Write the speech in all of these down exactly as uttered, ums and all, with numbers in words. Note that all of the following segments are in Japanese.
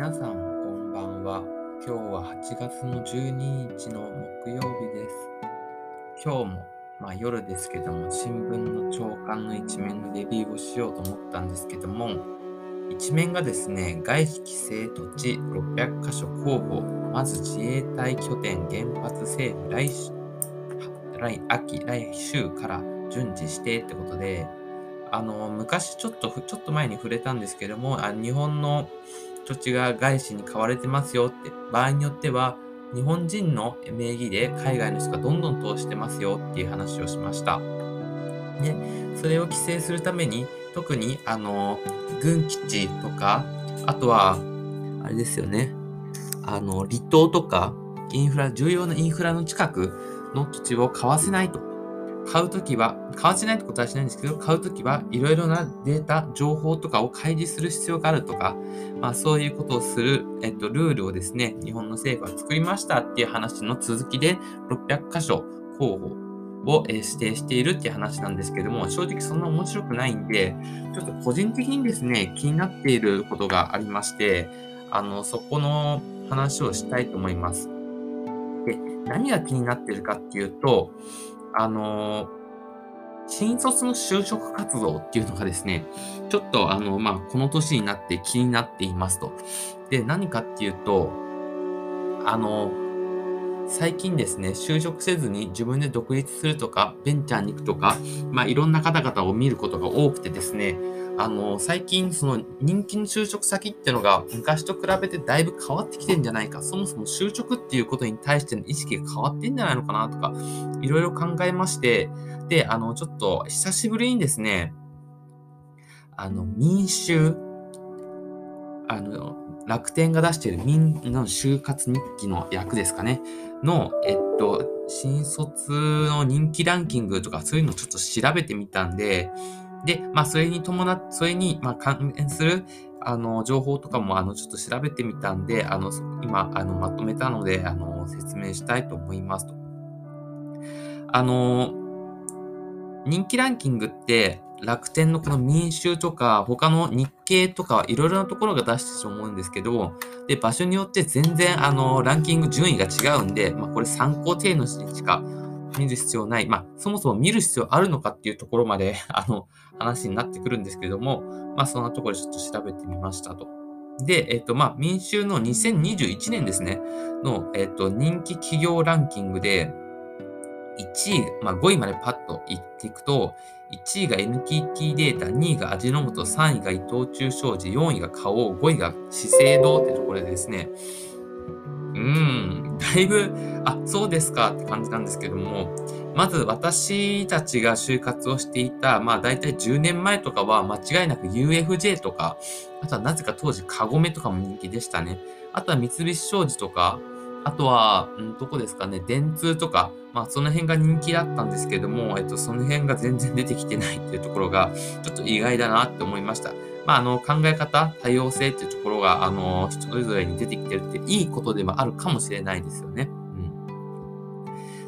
皆さん、こんばんは。今日ははちがつのじゅうににちの木曜日です。今日も、まあ、夜ですけども、新聞の朝刊の一面のレビューをしようと思ったんですけども、一面がですね、外資規制土地ろっぴゃくかしょ候補、まず自衛隊拠点原発政府来週来秋、来週から順次指定ってことで、あの、昔ちょっとふちょっと前に触れたんですけども、あ、日本の土地が外資に買われてますよって、場合によっては、日本人の名義で海外の人がどんどん投資してますよっていう話をしました。で、それを規制するために、特にあの、軍基地とか、あとは、あれですよね、あの、離島とか、インフラ、重要なインフラの近くの土地を買わせないと。買うときは、買わせないってことはしないんですけど、買うときはいろいろなデータ、情報とかを開示する必要があるとか、まあそういうことをする、えっと、ルールをですね、日本の政府は作りましたっていう話の続きで、ろっぴゃくかしょ候補を、えー指定しているっていう話なんですけども、正直そんな面白くないんで、ちょっと個人的にですね、気になっていることがありまして、あの、そこの話をしたいと思います。で、何が気になっているかっていうと、あの、新卒の就職活動っていうのがですね、ちょっとあの、まあ、この年になって気になっていますと。で、何かっていうと、あの、最近ですね、就職せずに自分で独立するとか、ベンチャーに行くとか、まあ、いろんな方々を見ることが多くてですね、あの、最近その人気の就職先っていうのが昔と比べてだいぶ変わってきてんじゃないか、そもそも就職っていうことに対しての意識が変わってんじゃないのかなとか、いろいろ考えまして、で、あの、ちょっと久しぶりにですね、あの、民衆あの、楽天が出しているみんなの就活日記の役ですかね。の、えっと、新卒の人気ランキングとかそういうのをちょっと調べてみたんで、で、まあ、それに伴っそれに、まあ、関連する、あの、情報とかも、あの、ちょっと調べてみたんで、あの、そ今、あの、まとめたので、あの、説明したいと思いますと。あの人気ランキングって、楽天のこの民衆とか、他の日経とか、いろいろなところが出してると思うんですけど、で、場所によって全然、あの、ランキング順位が違うんで、まあ、これ参考程度にしか見る必要ない。まあ、そもそも見る必要あるのかっていうところまであの、話になってくるんですけども、まあ、そんなところでちょっと調べてみましたと。で、えっと、まあ、民衆のにせんにじゅういちねんですね、の、えっと、人気企業ランキングで、いちい、まあ、ごいまでパッと言っていくと、いちいが エヌティーティー データ、にいが味の素、さんいが伊藤忠商事、よんいが花王、ごいが資生堂ってところでですね、うーん、だいぶ、あ、そうですかって感じなんですけども、まず私たちが就活をしていた、まあだいたいじゅうねんまえとかは間違いなく ユーエフジェー とか、あとはなぜか当時カゴメとかも人気でしたね。あとは三菱商事とか、あとは、うん、どこですかね、電通とか、まあその辺が人気だったんですけども、えっと、その辺が全然出てきてないっていうところが、ちょっと意外だなって思いました。まあ、あの、考え方、多様性っていうところが、あの、それぞれに出てきてるっていいことでもあるかもしれないですよね。うん。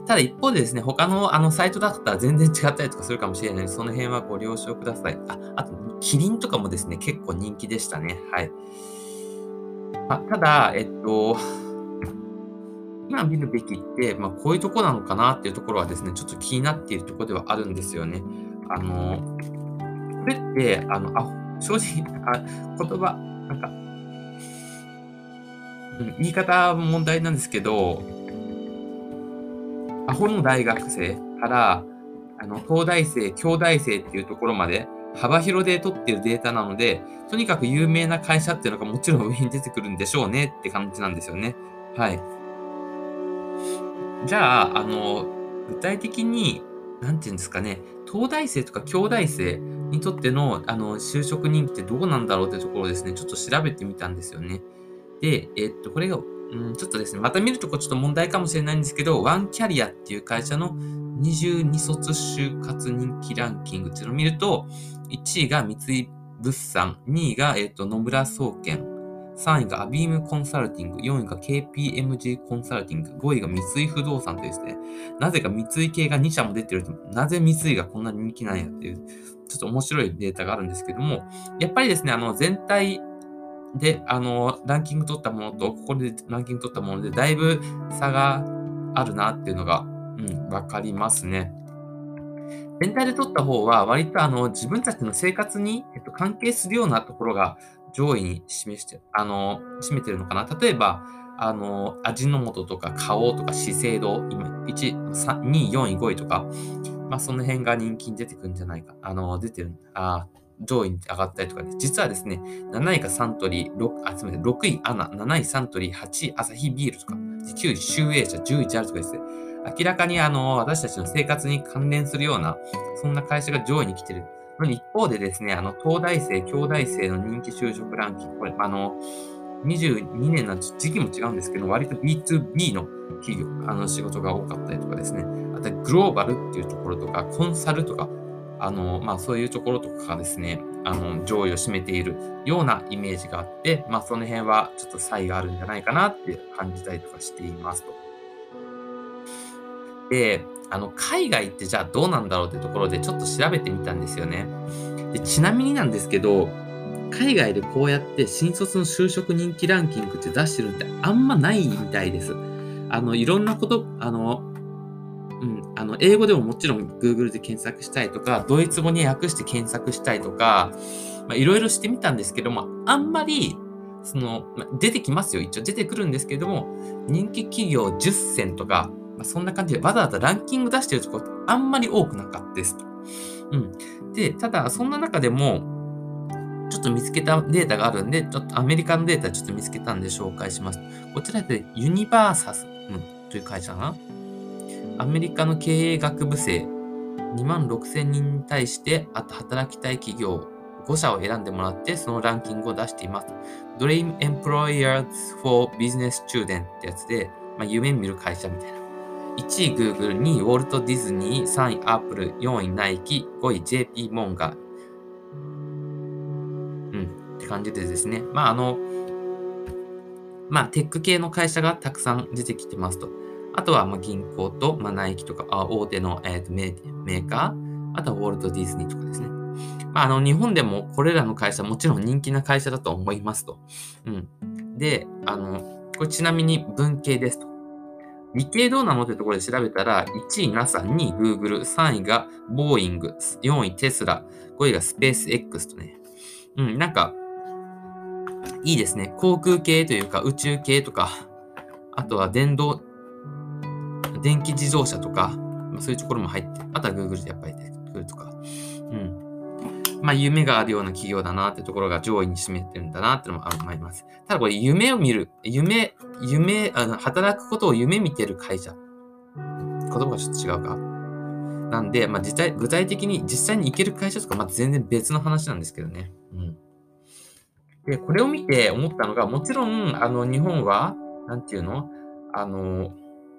ただ一方でですね、他のあのサイトだったら全然違ったりとかするかもしれないので、その辺はご了承ください。あ、あと、キリンとかもですね、結構人気でしたね。はい。あ、ただ、えっと、今見るべきって、まあ、こういうとこなのかなっていうところはですね、ちょっと気になっているところではあるんですよね。あの、これって、あの、あ、正直、あ、言葉、なんか、うん、言い方問題なんですけど、アホの大学生から、あの、東大生、京大生っていうところまで、幅広で取ってるデータなので、とにかく有名な会社っていうのがもちろん上に出てくるんでしょうねって感じなんですよね。はい。じゃあ、あの、具体的に、なんていうんですかね、東大生とか京大生にとっての、あの、就職人気ってどうなんだろうってところをですね、ちょっと調べてみたんですよね。で、えっと、これが、うん、ちょっとですね、また見るとこちょっと問題かもしれないんですけど、ワンキャリアっていう会社のにじゅうに卒就活人気ランキングっていうのを見ると、いちいが三井物産、にいが、えっと、野村総研、さんいがアビームコンサルティング、よんいが ケーピーエムジー コンサルティング、ごいが三井不動産というですね、なぜか三井系がに社も出てると、なぜ三井がこんなに人気なんやっていう、ちょっと面白いデータがあるんですけども、やっぱりですね、あの、全体で、あの、ランキング取ったものと、ここでランキング取ったもので、だいぶ差があるなっていうのが、うん、わかりますね。全体で取った方は、割とあの、自分たちの生活に、えっと、関係するようなところが上位に示してあの、占めてるのかな。例えば、あの、味の素とか花王とか資生堂、今、いち、さんにい、よんい、ごいとか、まあ、その辺が人気に出てくるんじゃないか。あの、出てる、あ上位に上がったりとかで、実はですね、なないがサントリー、ろくあ、すみません、ろくいアナ、なないサントリー、はちいアサヒビールとか、きゅうい集英社、じゅういジャルとかですね、明らかにあの、私たちの生活に関連するような、そんな会社が上位に来てる。のに一方でですね、あの、東大生、京大生の人気就職ランキング、これ、あの、にじゅうにねんの時期も違うんですけど、割と ビーツービー の企業、あの、仕事が多かったりとかですね、あとグローバルっていうところとか、コンサルとか、あの、まあ、そういうところとかがですね、あの、上位を占めているようなイメージがあって、まあ、その辺はちょっと差異があるんじゃないかなって感じたりとかしていますと。で、あの、海外ってじゃあどうなんだろうってところでちょっと調べてみたんですよね。で、ちなみになんですけど、海外でこうやって新卒の就職人気ランキングって出してるってあんまないみたいです。あの、いろんなこと、あの、うん、あの、英語でももちろん Google で検索したりとか、ドイツ語に訳して検索したりとか、まあ、いろいろしてみたんですけども、あんまり、その、まあ、出てきますよ。一応出てくるんですけども、人気企業じゅっせんとか、まあ、そんな感じでわざわざランキング出してるところあんまり多くなかったですと。うん。で、ただ、そんな中でも、ちょっと見つけたデータがあるんで、ちょっとアメリカのデータちょっと見つけたんで紹介します。こちらでユニバーサス、うん、という会社かな。アメリカの経営学部生にまんろくせんにんに対して、あと働きたい企業ご社を選んでもらって、そのランキングを出しています。Dream Employers for Business Student ってやつで、まあ、夢見る会社みたいな。いちい Google、にいウォルト・ディズニー、さんい Apple、よんいナイキ、ごい ジェーピー モンガ。うん、って感じでですね。まあ、あの、まあ、テック系の会社がたくさん出てきてますと。あとは、まあ、銀行と、まあ、ナイキとか、あ大手の、えーとメメーカー、あとはウォルト・ディズニーとかですね。まあ、あの、日本でもこれらの会社、もちろん人気な会社だと思いますと。うん。で、あの、これちなみに文系ですと。理系どうなのってところで調べたら、いちい ナサ、にい Google、さんいがボーイング、よんいテスラ、ごいがスペース X とね。うん、なんか、いいですね。航空系というか宇宙系とか、あとは電動、電気自動車とか、まあ、そういうところも入って、あとは Google でやっぱり出てくるとか。うん。まあ、夢があるような企業だなってところが上位に占めてるんだなってのも思います。ただこれ夢を見る、夢、夢、あの、働くことを夢見てる会社。言葉がちょっと違うか。なんで、まあ、実際、具体的に実際に行ける会社とか、まあ、全然別の話なんですけどね。うん。で、これを見て思ったのが、もちろん、あの、日本は、なんていうのあの、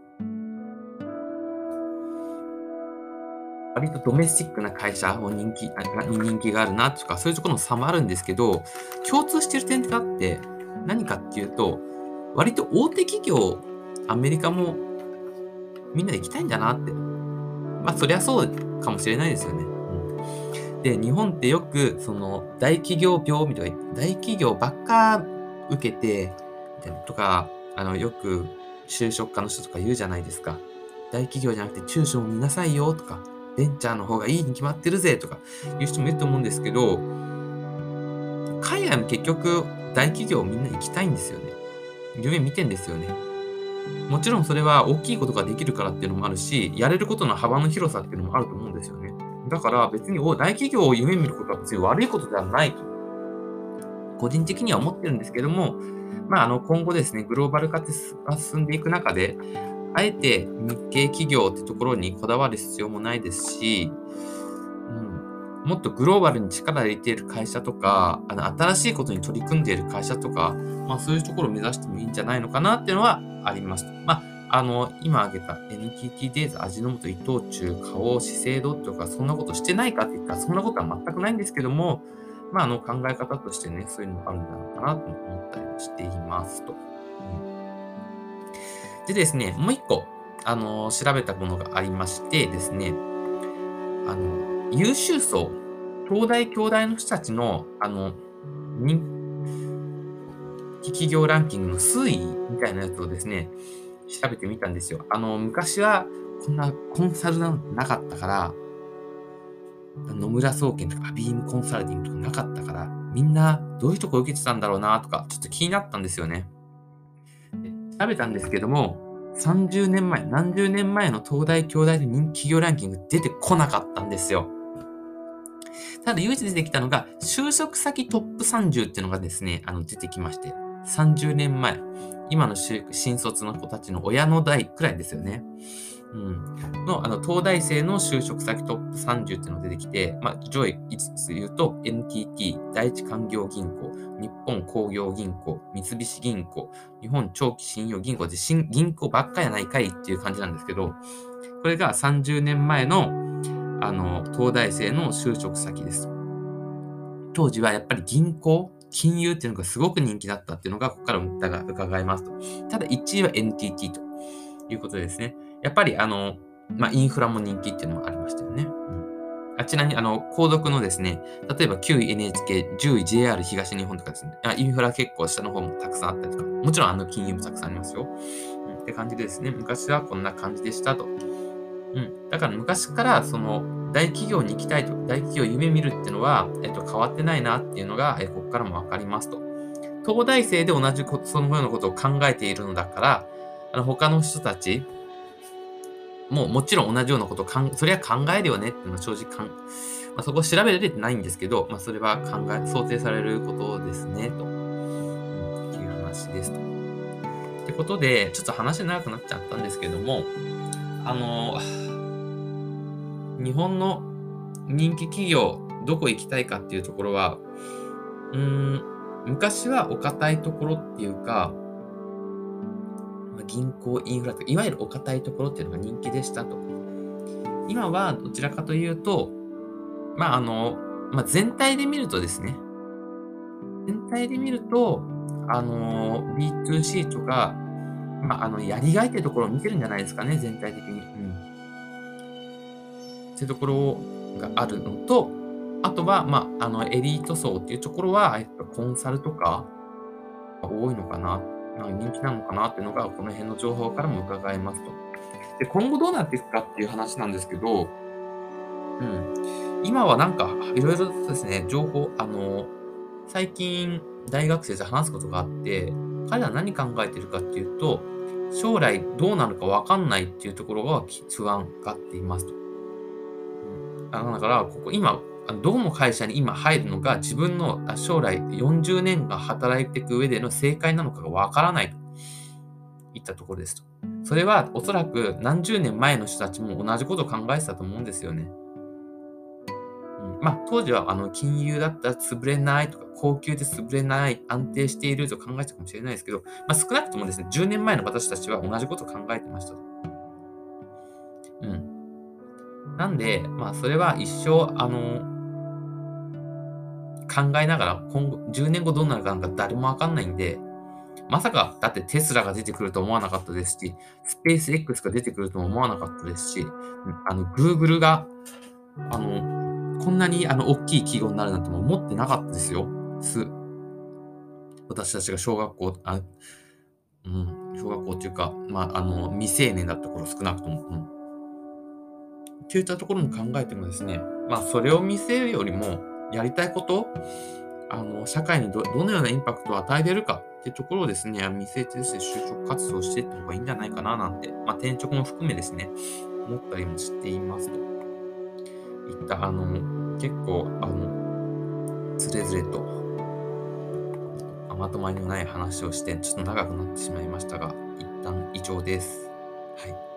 割とドメスティックな会社を人気あに人気があるなとか、そういうところの差もあるんですけど、共通してる点があって、何かっていうと、割と大手企業、アメリカもみんな行きたいんだなって。まあ、そりゃそうかもしれないですよね。うん。で、日本ってよく、その、大企業病みたいな、大企業ばっか受けて、みたいなとか、あの、よく就職課の人とか言うじゃないですか。大企業じゃなくて中小も見なさいよとか、ベンチャーの方がいいに決まってるぜとかいう人もいると思うんですけど、海外も結局大企業みんな行きたいんですよね。夢見てんですよね。もちろんそれは大きいことができるからっていうのもあるし、やれることの幅の広さっていうのもあると思うんですよね。だから別に大企業を夢見ることは別に悪いことではないと、個人的には思ってるんですけども、まあ、あの今後ですね、グローバル化が進んでいく中で、あえて日系企業ってところにこだわる必要もないですし、うん、もっとグローバルに力を入れている会社とか、あの新しいことに取り組んでいる会社とか、まあ、そういうところを目指してもいいんじゃないのかなっていうのはあります。まあ、あの今挙げた エヌティーティー デイズ、味の素、伊藤忠、花王、資生堂とか、そんなことしてないかって言ったら、そんなことは全くないんですけども、まあ、あの考え方としてね、そういうのがあるんじゃないかなと思ったりしていますと。うんでですね、もう一個、あの、調べたものがありましてですね、あの、優秀層、東大、京大の人たちの、あの、人気企業ランキングの推移みたいなやつをですね、調べてみたんですよ。あの、昔はこんなコンサルなんてなかったから、野村総研とかビームコンサルティングとかなかったから、みんなどういうとこ受けてたんだろうなとか、ちょっと気になったんですよね。で調べたんですけども、さんじゅうねんまえ、何十年前の東大、京大で人気企業ランキング出てこなかったんですよ。ただ唯一出てきたのが、就職先トップさんじゅうっていうのがですね、あの出てきまして、さんじゅうねんまえ、今の新卒の子たちの親の代くらいですよね。うん、のあの東大生の就職先トップさんじゅうっていうのが出てきて、まあ、上位いつつ言うと エヌティーティー、第一勧業銀行、日本工業銀行、三菱銀行、日本長期信用銀行で新銀行ばっかやないかいっていう感じなんですけど、これがさんじゅうねんまえのあの東大生の就職先です。当時はやっぱり銀行、金融っていうのがすごく人気だったっていうのが、ここから伺えますと。ただいちいは エヌティーティー ということですね。やっぱりあの、まあ、インフラも人気っていうのもありましたよね。うん、あちなみに、あの、購読のですね、例えばきゅうい エヌエイチケー、じゅうい ジェイアール 東日本とかですね、あインフラ結構下の方もたくさんあったりとか、もちろんあの金融もたくさんありますよ。うん、って感じでですね、昔はこんな感じでしたと。うん、だから昔からその大企業に行きたいと、大企業を夢見るっていうのは、えっと、変わってないなっていうのが、えここからもわかりますと。東大生で同じこと、そのようなことを考えているのだから、あの他の人たち、もうもちろん同じようなことをかん、それは考えるよねっていうのは正直かん、まあ、そこを調べれてないんですけど、まあ、それは考え、想定されることですね、と、うん、いう話ですと。ってことで、ちょっと話長くなっちゃったんですけども、あの、日本の人気企業、どこ行きたいかっていうところは、うーん、昔はお堅いところっていうか、銀行、インフラとか、いわゆるお堅いところっていうのが人気でしたと。今はどちらかというと、まあ、あの、まあ、全体で見るとですね、全体で見ると、あの、ビーツーシー とか、まあ、あの、やりがいっていうところを見てるんじゃないですかね、全体的に。うん。っていうところがあるのと、あとは、まあ、あの、エリート層っていうところは、やっぱコンサルとかが多いのかな、なんか人気なのかなっていうのが、この辺の情報からも伺えますと。で、今後どうなっていくかっていう話なんですけど、うん。今はなんか、いろいろとですね、情報、あの、最近、大学生で話すことがあって、彼ら何考えてるかっていうと、将来どうなるかわかんないっていうところが不安がっていますと。うん、あだから、ここ今、あのどの会社に今入るのが自分のあ将来よんじゅうねんかん働いていく上での正解なのかがわからないといったところですと。それはおそらく何十年前の人たちも同じことを考えてたと思うんですよね。うん、まあ、当時はあの金融だったら潰れないとか、高級で潰れない、安定していると考えてたかもしれないですけど、まあ、少なくともですね、じゅうねんまえの私たちは同じことを考えてましたと。うん。なんで、まあ、それは一生、あの、考えながら、今後、じゅうねんごどうなるかなんか誰もわかんないんで、まさか、だってテスラが出てくると思わなかったですし、スペース X が出てくるとも思わなかったですし、あの、Google が、あの、こんなにあの大きい企業になるなんても思ってなかったですよ。す私たちが小学校、あうん、小学校っていうか、まあ、あの、未成年だった頃、少なくとも。うん。っていったところも考えてもですね、まあ、それを見せるよりも、やりたいこと、あの、社会にどどのようなインパクトを与えれるかっていうところをですね、見据えてですね、就職活動をしていった方がいいんじゃないかななんて、まあ、転職も含めですね、思ったりもしていますと。いった、あの、結構、あの、つれづれと、まとまりのない話をして、ちょっと長くなってしまいましたが、一旦以上です。はい。